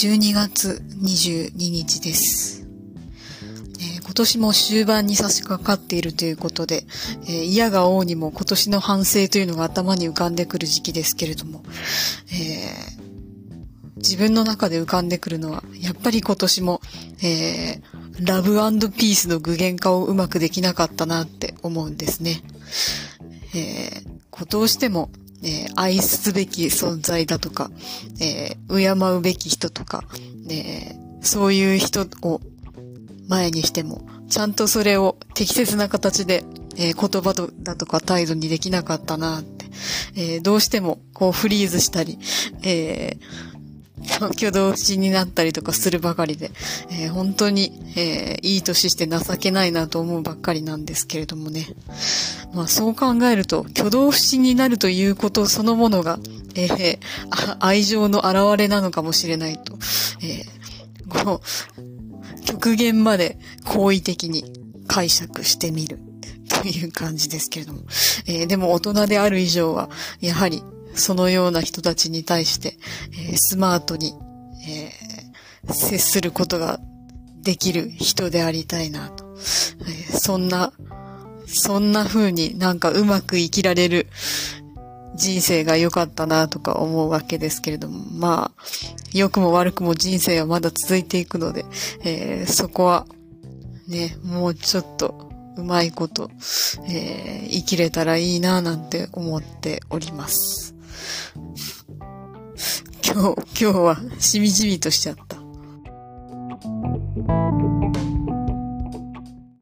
12月22日です。今年も終盤に差し掛かっているということで、嫌が王にも今年の反省というのが頭に浮かんでくる時期ですけれども、自分の中で浮かんでくるのは、やっぱり今年も、ラブ&ピースの具現化をうまくできなかったなって思うんですね。どうしても、愛すべき存在だとか、敬うべき人とか、そういう人を前にしても、ちゃんとそれを適切な形で、言葉だとか態度にできなかったなって、どうしてもこうフリーズしたり、挙動不審になったりとかするばかりで、本当に、いい年して情けないなと思うばっかりなんですけれどもね。まあそう考えると、挙動不審になるということそのものが、愛情の表れなのかもしれないと、極限まで好意的に解釈してみるという感じですけれども、でも大人である以上は、やはりそのような人たちに対して、スマートに、接することができる人でありたいなと、そんな風になんかうまく生きられる人生が良かったなとか思うわけですけれども、まあ、良くも悪くも人生はまだ続いていくので、そこはね、もうちょっとうまいこと、生きれたらいいななんて思っております。今日はしみじみとしちゃった。